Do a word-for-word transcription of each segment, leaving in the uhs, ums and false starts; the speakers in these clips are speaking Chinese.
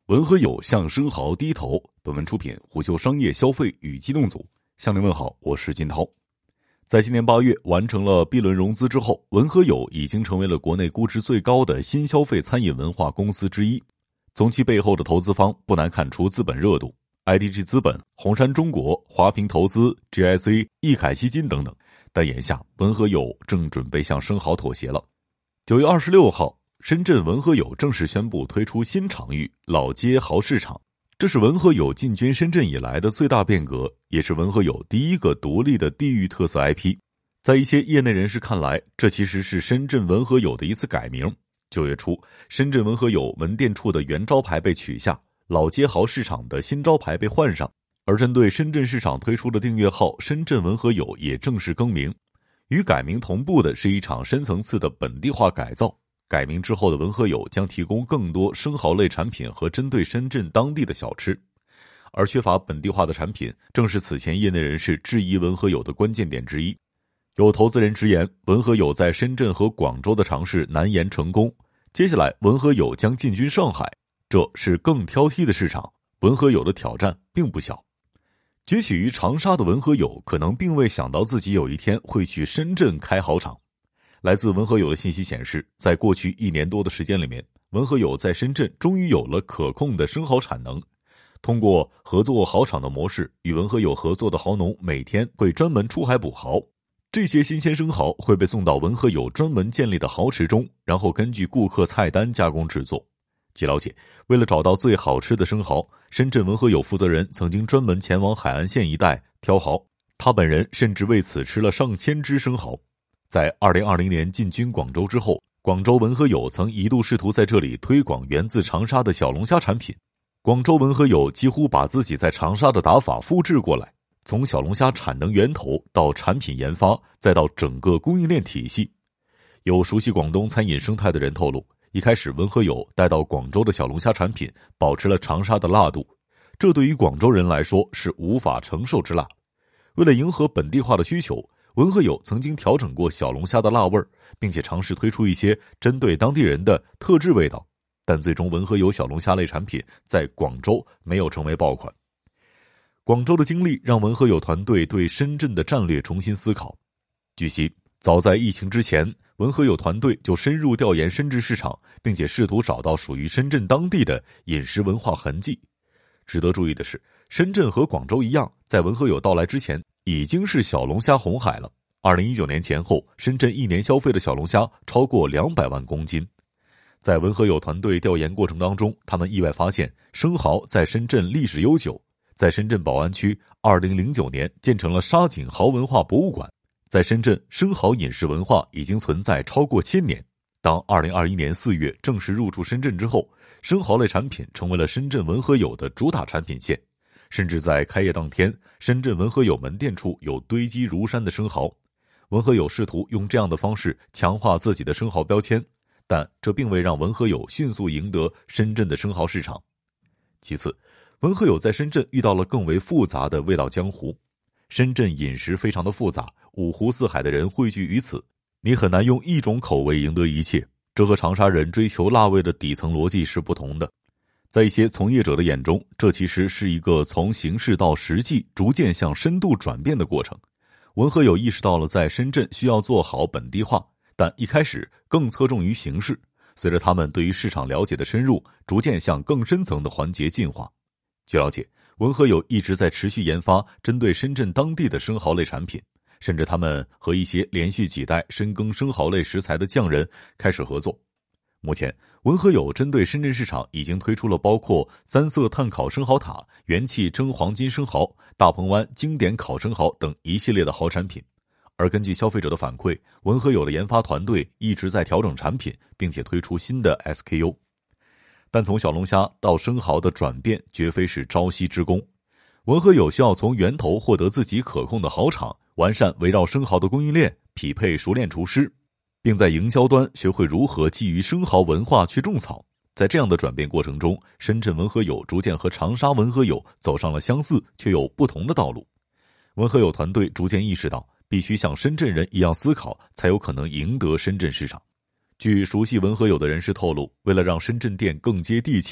文和友向生蚝低头。本文出品虎嗅商业消费与机动组。向您问好，我是金涛。在今年八月完成了 B 轮融资之后，文和友已经成为了国内估值最高的新消费餐饮文化公司之一。从其背后的投资方不难看出资本热度 ，I D G 资本、红杉中国、华平投资、G S A、易凯基金等等。但眼下文和友正准备向生蚝妥协了。九月二十六号，深圳文和友正式宣布推出新场域老街蚝市场，这是文和友进军深圳以来的最大变革，也是文和友第一个独立的地域特色 I P。 在一些业内人士看来，这其实是深圳文和友的一次改名。九月初，深圳文和友门店处的原招牌被取下，老街蚝市场的新招牌被换上，而针对深圳市场推出的订阅号深圳文和友也正式更名。与改名同步的是一场深层次的本地化改造。改名之后的文和友将提供更多生蚝类产品和针对深圳当地的小吃，而缺乏本地化的产品正是此前业内人士质疑文和友的关键点之一。有投资人直言，文和友在深圳和广州的尝试难言成功，接下来文和友将进军上海，这是更挑剔的市场，文和友的挑战并不小。崛起于长沙的文和友可能并未想到自己有一天会去深圳开蚝场。来自文和友的信息显示，在过去一年多的时间里面，文和友在深圳终于有了可控的生蚝产能。通过合作蚝场的模式，与文和友合作的蚝农每天会专门出海捕蚝，这些新鲜生蚝会被送到文和友专门建立的蚝池中，然后根据顾客菜单加工制作。据了解，为了找到最好吃的生蚝，深圳文和友负责人曾经专门前往海岸线一带挑蚝，他本人甚至为此吃了上千只生蚝。在二零二零年进军广州之后，广州文和友曾一度试图在这里推广源自长沙的小龙虾产品。广州文和友几乎把自己在长沙的打法复制过来，从小龙虾产能源头到产品研发，再到整个供应链体系。有熟悉广东餐饮生态的人透露，一开始文和友带到广州的小龙虾产品保持了长沙的辣度，这对于广州人来说是无法承受之辣。为了迎合本地化的需求，文和友曾经调整过小龙虾的辣味，并且尝试推出一些针对当地人的特制味道，但最终文和友小龙虾类产品在广州没有成为爆款。广州的经历让文和友团队对深圳的战略重新思考。据悉，早在疫情之前，文和友团队就深入调研深圳市场，并且试图找到属于深圳当地的饮食文化痕迹。值得注意的是，深圳和广州一样，在文和友到来之前已经是小龙虾红海了。二零一九年前后，深圳一年消费的小龙虾超过两百万公斤。在文和友团队调研过程当中，他们意外发现生蚝在深圳历史悠久，在深圳宝安区二零零九年建成了沙井蚝文化博物馆。在深圳，生蚝饮食文化已经存在超过千年。当二零二一年四月正式入驻深圳之后，生蚝类产品成为了深圳文和友的主打产品线。甚至在开业当天，深圳文和友门店处有堆积如山的生蚝。文和友试图用这样的方式强化自己的生蚝标签，但这并未让文和友迅速赢得深圳的生蚝市场。其次，文和友在深圳遇到了更为复杂的味道江湖。深圳饮食非常的复杂，五湖四海的人汇聚于此，你很难用一种口味赢得一切，这和长沙人追求辣味的底层逻辑是不同的。在一些从业者的眼中，这其实是一个从形式到实际逐渐向深度转变的过程。文和友意识到了在深圳需要做好本地化，但一开始更侧重于形式，随着他们对于市场了解的深入，逐渐向更深层的环节进化。据了解，文和友一直在持续研发针对深圳当地的生蚝类产品，甚至他们和一些连续几代深耕生蚝类食材的匠人开始合作。目前，文和友针对深圳市场已经推出了包括三色炭烤生蚝塔、元气蒸黄金生蚝、大鹏湾经典烤生蚝等一系列的蚝产品。而根据消费者的反馈，文和友的研发团队一直在调整产品，并且推出新的 S K U。 但从小龙虾到生蚝的转变绝非是朝夕之功，文和友需要从源头获得自己可控的蚝场，完善围绕生蚝的供应链，匹配熟练厨师，并在营销端学会如何基于生蚝文化去种草。在这样的转变过程中，深圳文和友逐渐和长沙文和友走上了相似却又不同的道路。文和友团队逐渐意识到，必须像深圳人一样思考，才有可能赢得深圳市场。据熟悉文和友的人士透露，为了让深圳店更接地气，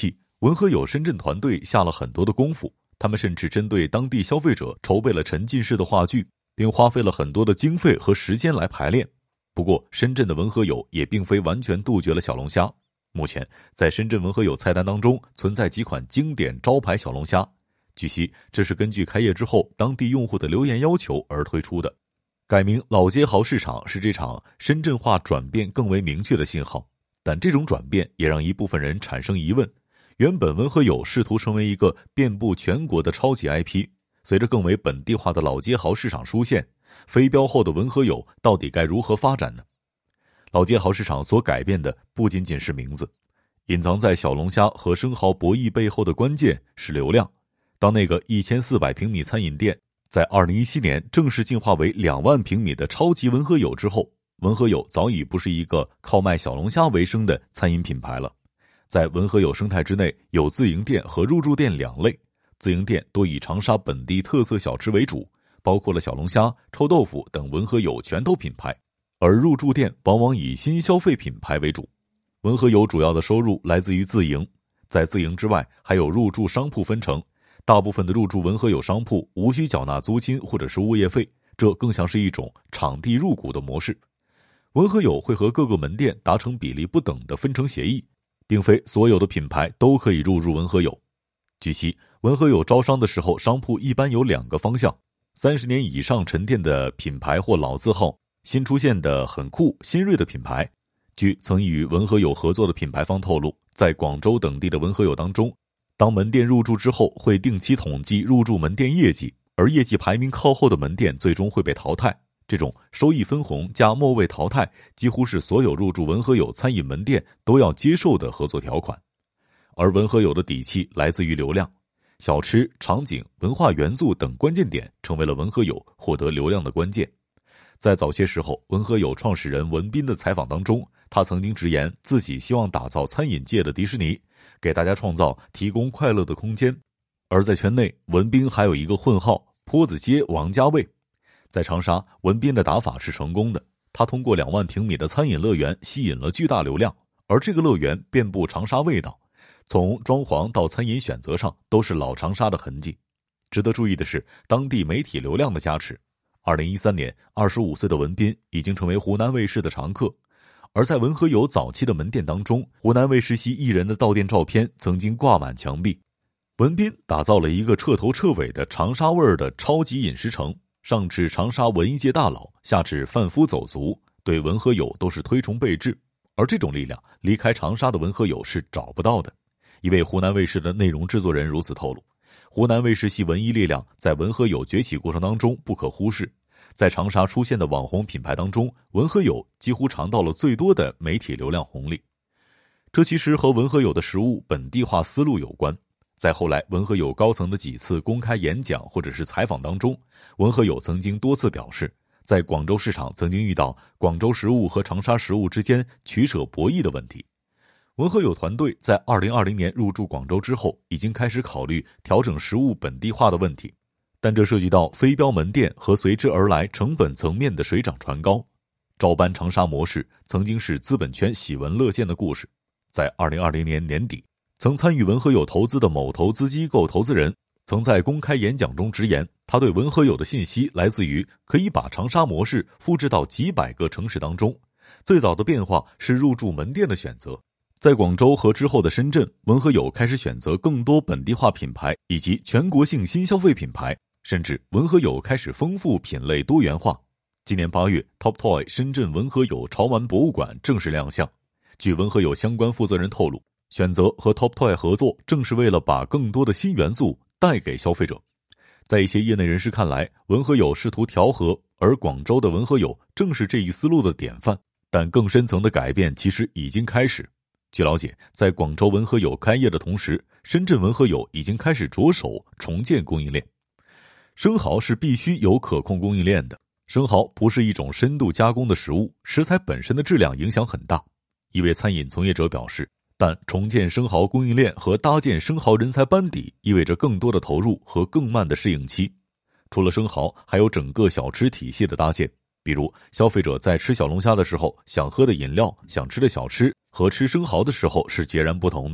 文和友深圳团队下了很多的功夫，他们甚至针对当地消费者筹备了沉浸式的话剧，并花费了很多的经费和时间来排练。不过，深圳的文和友也并非完全杜绝了小龙虾。目前，在深圳文和友菜单当中存在几款经典招牌小龙虾。据悉，这是根据开业之后当地用户的留言要求而推出的。改名老街豪市场是这场深圳化转变更为明确的信号，但这种转变也让一部分人产生疑问。原本文和友试图成为一个遍布全国的超级 I P， 随着更为本地化的老街豪市场出现，非标后的文和友到底该如何发展呢？老街豪市场所改变的不仅仅是名字，隐藏在小龙虾和生蚝博弈背后的关键是流量。当那个一千四百平米餐饮店在二零一七年正式进化为两万平米的超级文和友之后，文和友早已不是一个靠卖小龙虾为生的餐饮品牌了。在文和友生态之内，有自营店和入驻店两类。自营店多以长沙本地特色小吃为主，包括了小龙虾、臭豆腐等文和友拳头品牌，而入驻店往往以新消费品牌为主。文和友主要的收入来自于自营，在自营之外还有入驻商铺分成。大部分的入驻文和友商铺无需缴纳租金或者是物业费，这更像是一种场地入股的模式。文和友会和各个门店达成比例不等的分成协议，并非所有的品牌都可以入驻文和友。据悉，文和友招商的时候，商铺一般有两个方向：三十年以上沉淀的品牌或老字号，新出现的很酷新锐的品牌。据曾与文和友合作的品牌方透露，在广州等地的文和友当中，当门店入驻之后，会定期统计入驻门店业绩，而业绩排名靠后的门店最终会被淘汰。这种收益分红加末位淘汰，几乎是所有入驻文和友餐饮门店都要接受的合作条款。而文和友的底气来自于流量，小吃、场景、文化元素等关键点成为了文和友获得流量的关键。在早些时候，文和友创始人文彬的采访当中，他曾经直言自己希望打造餐饮界的迪士尼，给大家创造提供快乐的空间。而在圈内，文彬还有一个混号坡子街王家卫。在长沙，文彬的打法是成功的，他通过两万平米的餐饮乐园吸引了巨大流量，而这个乐园遍布长沙味道，从装潢到餐饮选择上都是老长沙的痕迹。值得注意的是，当地媒体流量的加持。二零一三年，二十五岁的文彬已经成为湖南卫视的常客。而在文和友早期的门店当中，湖南卫视系艺人的到店照片曾经挂满墙壁。文彬打造了一个彻头彻尾的长沙味儿的超级饮食城，上至长沙文艺界大佬，下至贩夫走卒，对文和友都是推崇备至。而这种力量，离开长沙的文和友是找不到的。一位湖南卫视的内容制作人如此透露，湖南卫视系文艺力量在文和友崛起过程当中不可忽视。在长沙出现的网红品牌当中，文和友几乎尝到了最多的媒体流量红利。这其实和文和友的食物本地化思路有关。在后来文和友高层的几次公开演讲或者是采访当中，文和友曾经多次表示，在广州市场曾经遇到广州食物和长沙食物之间取舍博弈的问题。文和友团队在二零二零年入驻广州之后，已经开始考虑调整食物本地化的问题，但这涉及到非标门店和随之而来成本层面的水涨船高。照搬长沙模式曾经是资本圈喜闻乐见的故事。在二零二零年年底，曾参与文和友投资的某投资机构投资人曾在公开演讲中直言，他对文和友的信息来自于可以把长沙模式复制到几百个城市当中。最早的变化是入驻门店的选择，在广州和之后的深圳，文和友开始选择更多本地化品牌以及全国性新消费品牌，甚至文和友开始丰富品类多元化。今年八月 Top Toy 深圳文和友潮玩博物馆正式亮相。据文和友相关负责人透露，选择和 Top Toy 合作正是为了把更多的新元素带给消费者。在一些业内人士看来，文和友试图调和，而广州的文和友正是这一思路的典范，但更深层的改变其实已经开始。据了解，在广州文和友开业的同时，深圳文和友已经开始着手重建供应链。生蚝是必须有可控供应链的，生蚝不是一种深度加工的食物，食材本身的质量影响很大。一位餐饮从业者表示，但重建生蚝供应链和搭建生蚝人才班底意味着更多的投入和更慢的适应期。除了生蚝，还有整个小吃体系的搭建，比如消费者在吃小龙虾的时候，想喝的饮料、想吃的小吃和吃生蚝的时候是截然不同的。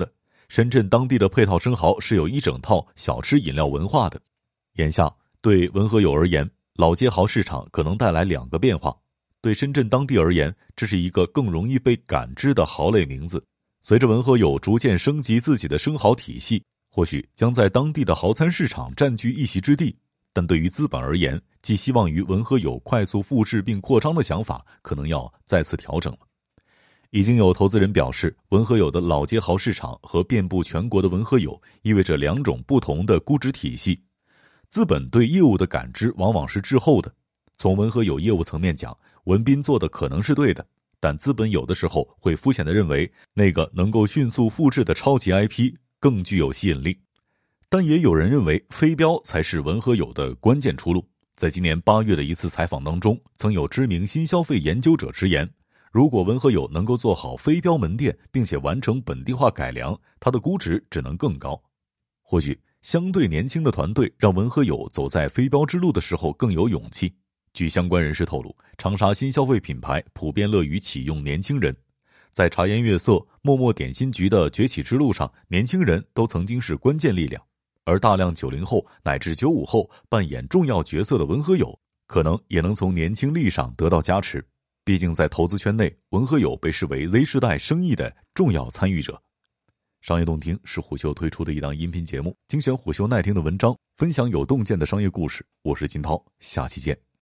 深圳当地的配套生蚝是有一整套小吃饮料文化的。眼下，对文和友而言，老街蚝市场可能带来两个变化。对深圳当地而言，这是一个更容易被感知的蚝类名字。随着文和友逐渐升级自己的生蚝体系，或许将在当地的蚝餐市场占据一席之地。但对于资本而言，寄希望于文和友快速复制并扩张的想法可能要再次调整了。已经有投资人表示，文和友的老街蚝市场和遍布全国的文和友意味着两种不同的估值体系。资本对业务的感知往往是滞后的。从文和友业务层面讲，文彬做的可能是对的，但资本有的时候会肤浅地认为那个能够迅速复制的超级 I P 更具有吸引力。但也有人认为非标才是文和友的关键出路。在今年八月的一次采访当中，曾有知名新消费研究者直言，如果文和友能够做好非标门店，并且完成本地化改良，它的估值只能更高。或许相对年轻的团队让文和友走在非标之路的时候更有勇气。据相关人士透露，长沙新消费品牌普遍乐于启用年轻人。在茶颜悦色、默默点心局的崛起之路上，年轻人都曾经是关键力量。而大量九零后乃至九五后扮演重要角色的文和友，可能也能从年轻力上得到加持。毕竟在投资圈内，文和友被视为 Z 世代生意的重要参与者。商业洞听是虎嗅推出的一档音频节目，精选虎嗅耐听的文章，分享有洞见的商业故事。我是金涛，下期见。